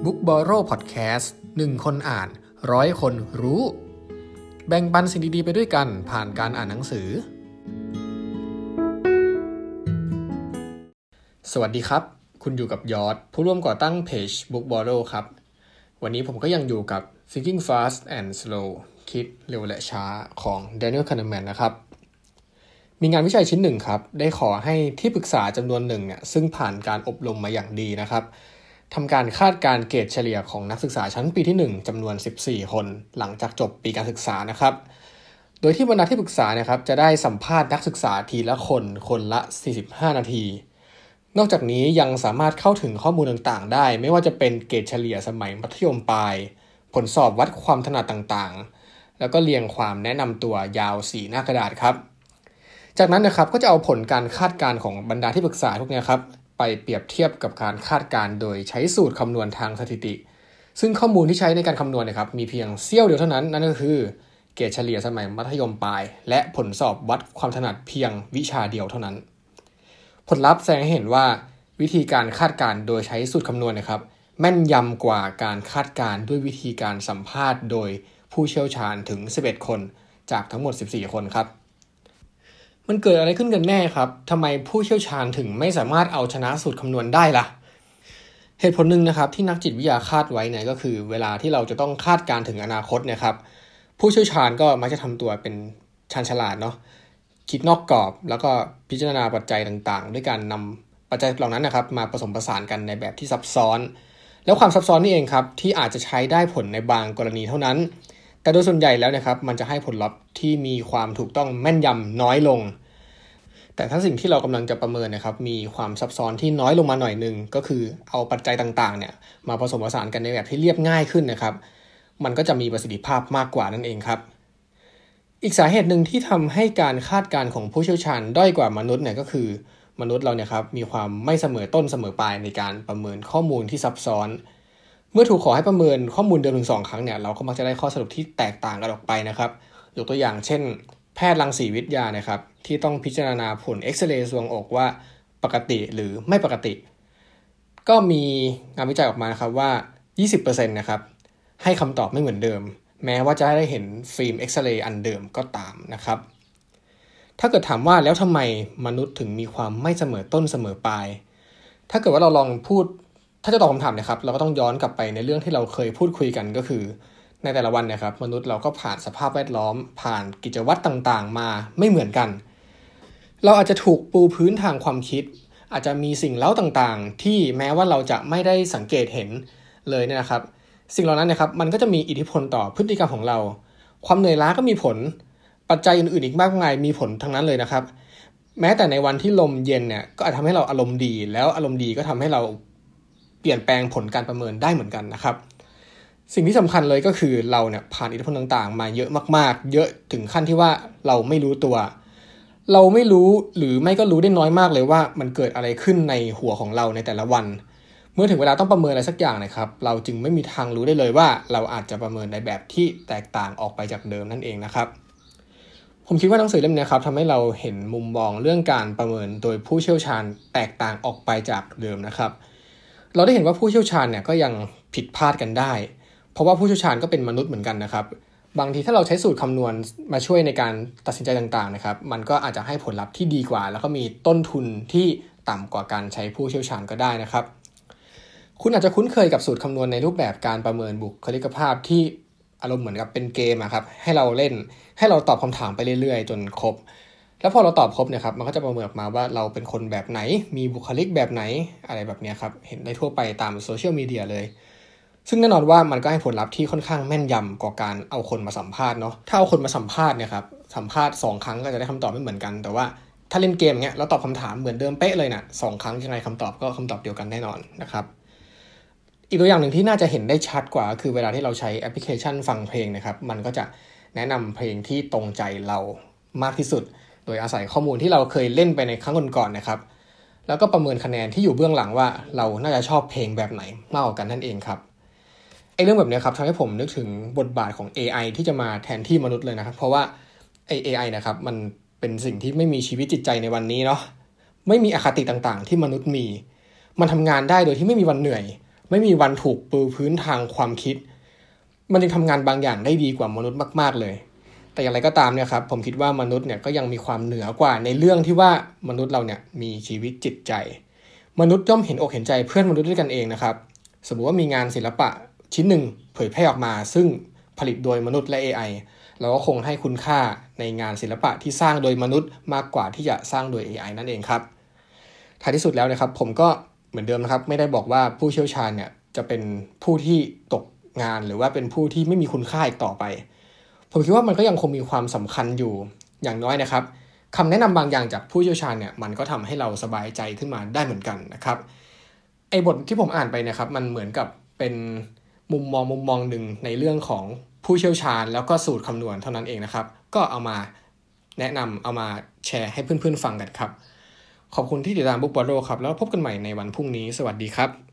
Book Borrow Podcast 1 คนอ่าน100 คนรู้แบ่งปันสิ่งดีๆไปด้วยกันผ่านการอ่านหนังสือสวัสดีครับคุณอยู่กับยอดผู้ร่วมก่อตั้งเพจ Book Borrow ครับวันนี้ผมก็ยังอยู่กับ Thinking Fast and Slow คิดเร็วและช้าของ Daniel Kahneman นะครับมีงานวิจัยชิ้นหนึ่งครับได้ขอให้ที่ปรึกษาจำนวนหนึ่งเนี่ยซึ่งผ่านการอบรมมาอย่างดีนะครับทำการคาดการณ์เกรดเฉลี่ยของนักศึกษาชั้นปีที่1จำนวน14คนหลังจากจบปีการศึกษานะครับโดยที่บรรดาที่ปรึกษานะครับจะได้สัมภาษณ์นักศึกษาทีละคนละ45นาทีนอกจากนี้ยังสามารถเข้าถึงข้อมูลต่างๆได้ไม่ว่าจะเป็นเกรดเฉลี่ยสมัยมัธยมปลายผลสอบวัดความถนัดต่างๆแล้วก็เรียงความแนะนำตัวยาว4หน้ากระดาษครับจากนั้นนะครับก็จะเอาผลการคาดการณ์ของบรรดาที่ปรึกษาพวกนี้ครับไปเปรียบเทียบกับการคาดการณ์โดยใช้สูตรคำนวณทางสถิติซึ่งข้อมูลที่ใช้ในการคำนวณนะครับมีเพียงเสี้ยวเดียวเท่านั้นนั่นก็คือเกรดเฉลี่ยสมัยมัธยมปลายและผลสอบวัดความถนัดเพียงวิชาเดียวเท่านั้นผลลัพธ์แสดงให้เห็นว่าวิธีการคาดการณ์โดยใช้สูตรคำนวณนะครับแม่นยำกว่าการคาดการณ์ด้วยวิธีการสัมภาษณ์โดยผู้เชี่ยวชาญถึง11คนจากทั้งหมด14คนครับมันเกิดอะไรขึ้นกันแน่ครับทำไมผู้เชี่ยวชาญถึงไม่สามารถเอาชนะสูตรคำนวณได้ล่ะเหตุผลหนึ่งนะครับที่นักจิตวิทยาคาดไว้เนี่ยก็คือเวลาที่เราจะต้องคาดการณ์ถึงอนาคตเนี่ยครับผู้เชี่ยวชาญก็มักจะทำตัวเป็นชาญฉลาดเนาะคิดนอกกรอบแล้วก็พิจารณาปัจจัยต่างๆด้วยการนำปัจจัยเหล่านั้นนะครับมาผสมผสานกันในแบบที่ซับซ้อนแล้วความซับซ้อนนี่เองครับที่อาจจะใช้ได้ผลในบางกรณีเท่านั้นแต่โดยส่วนใหญ่แล้วนะครับมันจะให้ผลลัพธ์ที่มีความถูกต้องแม่นยำน้อยลงแต่ถ้าสิ่งที่เรากำลังจะประเมินนะครับมีความซับซ้อนที่น้อยลงมาหน่อยนึงก็คือเอาปัจจัยต่างๆเนี่ยมาผสมผสานกันในแบบที่เรียบง่ายขึ้นนะครับมันก็จะมีประสิทธิภาพมากกว่านั่นเองครับอีกสาเหตุหนึ่งที่ทำให้การคาดการณ์ของผู้เชี่ยวชาญด้อยกว่ามนุษย์เนี่ยก็คือมนุษย์เราเนี่ยครับมีความไม่เสมอต้นเสมอปลายในการประเมินข้อมูลที่ซับซ้อนเมื่อถูกขอให้ประเมินข้อมูลเดิมถึง2 ครั้งเนี่ยเราก็มักจะได้ข้อสรุปที่แตกต่างกันออกไปนะครับยกตัวอย่างเช่นแพทย์รังสีวิทยานะครับที่ต้องพิจารณาผลเอ็กซเรย์ทรวงอกว่าปกติหรือไม่ปกติก็มีงานวิจัยออกมานะครับว่า 20% นะครับให้คำตอบไม่เหมือนเดิมแม้ว่าจะได้เห็นฟิล์มเอ็กซเรย์อันเดิมก็ตามนะครับถ้าเกิดถามว่าแล้วทำไมมนุษย์ถึงมีความไม่เสมอต้นเสมอปลายถ้าเกิดว่าเราลองพูดถ้าจะตอบคำถามนะครับเราก็ต้องย้อนกลับไปในเรื่องที่เราเคยพูดคุยกันก็คือในแต่ละวันนะครับมนุษย์เราก็ผ่านสภาพแวดล้อมผ่านกิจวัตรต่างๆมาไม่เหมือนกันเราอาจจะถูกปูพื้นทางความคิดอาจจะมีสิ่งเร้าต่างๆที่แม้ว่าเราจะไม่ได้สังเกตเห็นเลยเนี่ยนะครับสิ่งเหล่านั้นนะครับมันก็จะมีอิทธิพลต่อพฤติกรรมของเราความเหนื่อยล้าก็มีผลปัจจัยอื่นๆอีกมากมายมีผลทั้งนั้นเลยนะครับแม้แต่ในวันที่ลมเย็นเนี่ยก็อาจทำให้เราอารมณ์ดีแล้วอารมณ์ดีก็ทำให้เราเปลี่ยนแปลงผลการประเมินได้เหมือนกันนะครับสิ่งที่สำคัญเลยก็คือเราเนี่ยผ่านอิทธิพลต่างๆมาเยอะมากๆเยอะถึงขั้นที่ว่าเราไม่รู้ตัวเราไม่รู้หรือไม่ก็รู้ได้น้อยมากเลยว่ามันเกิดอะไรขึ้นในหัวของเราในแต่ละวันเมื่อถึงเวลาต้องประเมินอะไรสักอย่างนะครับเราจึงไม่มีทางรู้ได้เลยว่าเราอาจจะประเมินในแบบที่แตกต่างออกไปจากเดิมนั่นเองนะครับผมคิดว่าหนังสือเล่มนี้ครับทำให้เราเห็นมุมมองเรื่องการประเมินโดยผู้เชี่ยวชาญแตกต่างออกไปจากเดิมนะครับเราได้เห็นว่าผู้เชี่ยวชาญเนี่ยก็ยังผิดพลาดกันได้เพราะว่าผู้เชี่ยวชาญก็เป็นมนุษย์เหมือนกันนะครับบางทีถ้าเราใช้สูตรคำนวณมาช่วยในการตัดสินใจต่างๆนะครับมันก็อาจจะให้ผลลัพธ์ที่ดีกว่าแล้วก็มีต้นทุนที่ต่ำกว่าการใช้ผู้เชี่ยวชาญก็ได้นะครับคุณอาจจะคุ้นเคยกับสูตรคำนวณในรูปแบบการประเมินบุคลิกภาพที่อารมณ์เหมือนกับเป็นเกมครับให้เราเล่นให้เราตอบคำถามไปเรื่อยๆจนครบแล้วพอเราตอบครบเนี่ยครับมันก็จะประเมินออกมาว่าเราเป็นคนแบบไหนมีบุคลิกแบบไหนอะไรแบบนี้ครับเห็นได้ทั่วไปตามโซเชียลมีเดียเลยซึ่งแน่นอนว่ามันก็ให้ผลลัพธ์ที่ค่อนข้างแม่นยำกว่าการเอาคนมาสัมภาษณ์เนาะถ้าเอาคนมาสัมภาษณ์เนี่ยครับสัมภาษณ์2 ครั้งก็จะได้คำตอบไม่เหมือนกันแต่ว่าถ้าเล่นเกมเงี้ยเราตอบคำถามเหมือนเดิมเป๊ะเลยนะ2 ครั้งยังไงคำตอบก็คำตอบเดียวกันแน่นอนนะครับอีกตัวอย่างหนึ่งที่น่าจะเห็นได้ชัดกว่าคือเวลาที่เราใช้แอปพลิเคชันฟังเพลงนะครับมันก็จะแนะนำเพลงที่ตรงใจเรามากที่สุดโดยอาศัยข้อมูลที่เราเคยเล่นไปในครั้งก่อนๆนะครับแล้วก็ประเมินคะแนนที่อยู่เบื้องหลังว่าเราน่าจะชอบเพลงแบบไหนมากกว่ากันนั่นเองครับไอ้เรื่องแบบนี้ครับทำให้ผมนึกถึงบทบาทของ AI ที่จะมาแทนที่มนุษย์เลยนะครับเพราะว่าไอ้ AI นะครับมันเป็นสิ่งที่ไม่มีชีวิตจิตใจในวันนี้เนาะไม่มีอคติต่างๆที่มนุษย์มีมันทำงานได้โดยที่ไม่มีวันเหนื่อยไม่มีวันถูกปูพื้นทางความคิดมันจึงทำงานบางอย่างได้ดีกว่ามนุษย์มากๆเลยแต่อย่างไรก็ตามเนี่ยครับผมคิดว่ามนุษย์เนี่ยก็ยังมีความเหนือกว่าในเรื่องที่ว่ามนุษย์เราเนี่ยมีชีวิตจิตใจมนุษย์ย่อมเห็นอกเห็นใจเพื่อนมนุษย์ด้วยกันเองนะครับสมมุติว่ามีงานศิลปะชิ้นหนึ่งเผยแพร่ออกมาซึ่งผลิตโดยมนุษย์และ AI เราก็คงให้คุณค่าในงานศิลปะที่สร้างโดยมนุษย์มากกว่าที่จะสร้างโดย AI นั่นเองครับท้ายที่สุดแล้วนะครับผมก็เหมือนเดิมนะครับไม่ได้บอกว่าผู้เชี่ยวชาญเนี่ยจะเป็นผู้ที่ตกงานหรือว่าเป็นผู้ที่ไม่มีคุณค่าอีกต่อไปผมคิดว่ามันก็ยังคงมีความสำคัญอยู่อย่างน้อยนะครับคำแนะนำบางอย่างจากผู้เชี่ยวชาญเนี่ยมันก็ทำให้เราสบายใจขึ้นมาได้เหมือนกันนะครับไอ้บทที่ผมอ่านไปนะครับมันเหมือนกับเป็นมุมมองหนึ่งในเรื่องของผู้เชี่ยวชาญแล้วก็สูตรคำนวณเท่านั้นเองนะครับก็เอามาแนะนำเอามาแชร์ให้เพื่อนๆฟังกันครับขอบคุณที่ติดตาม Book Borrow ครับแล้วพบกันใหม่ในวันพรุ่งนี้สวัสดีครับ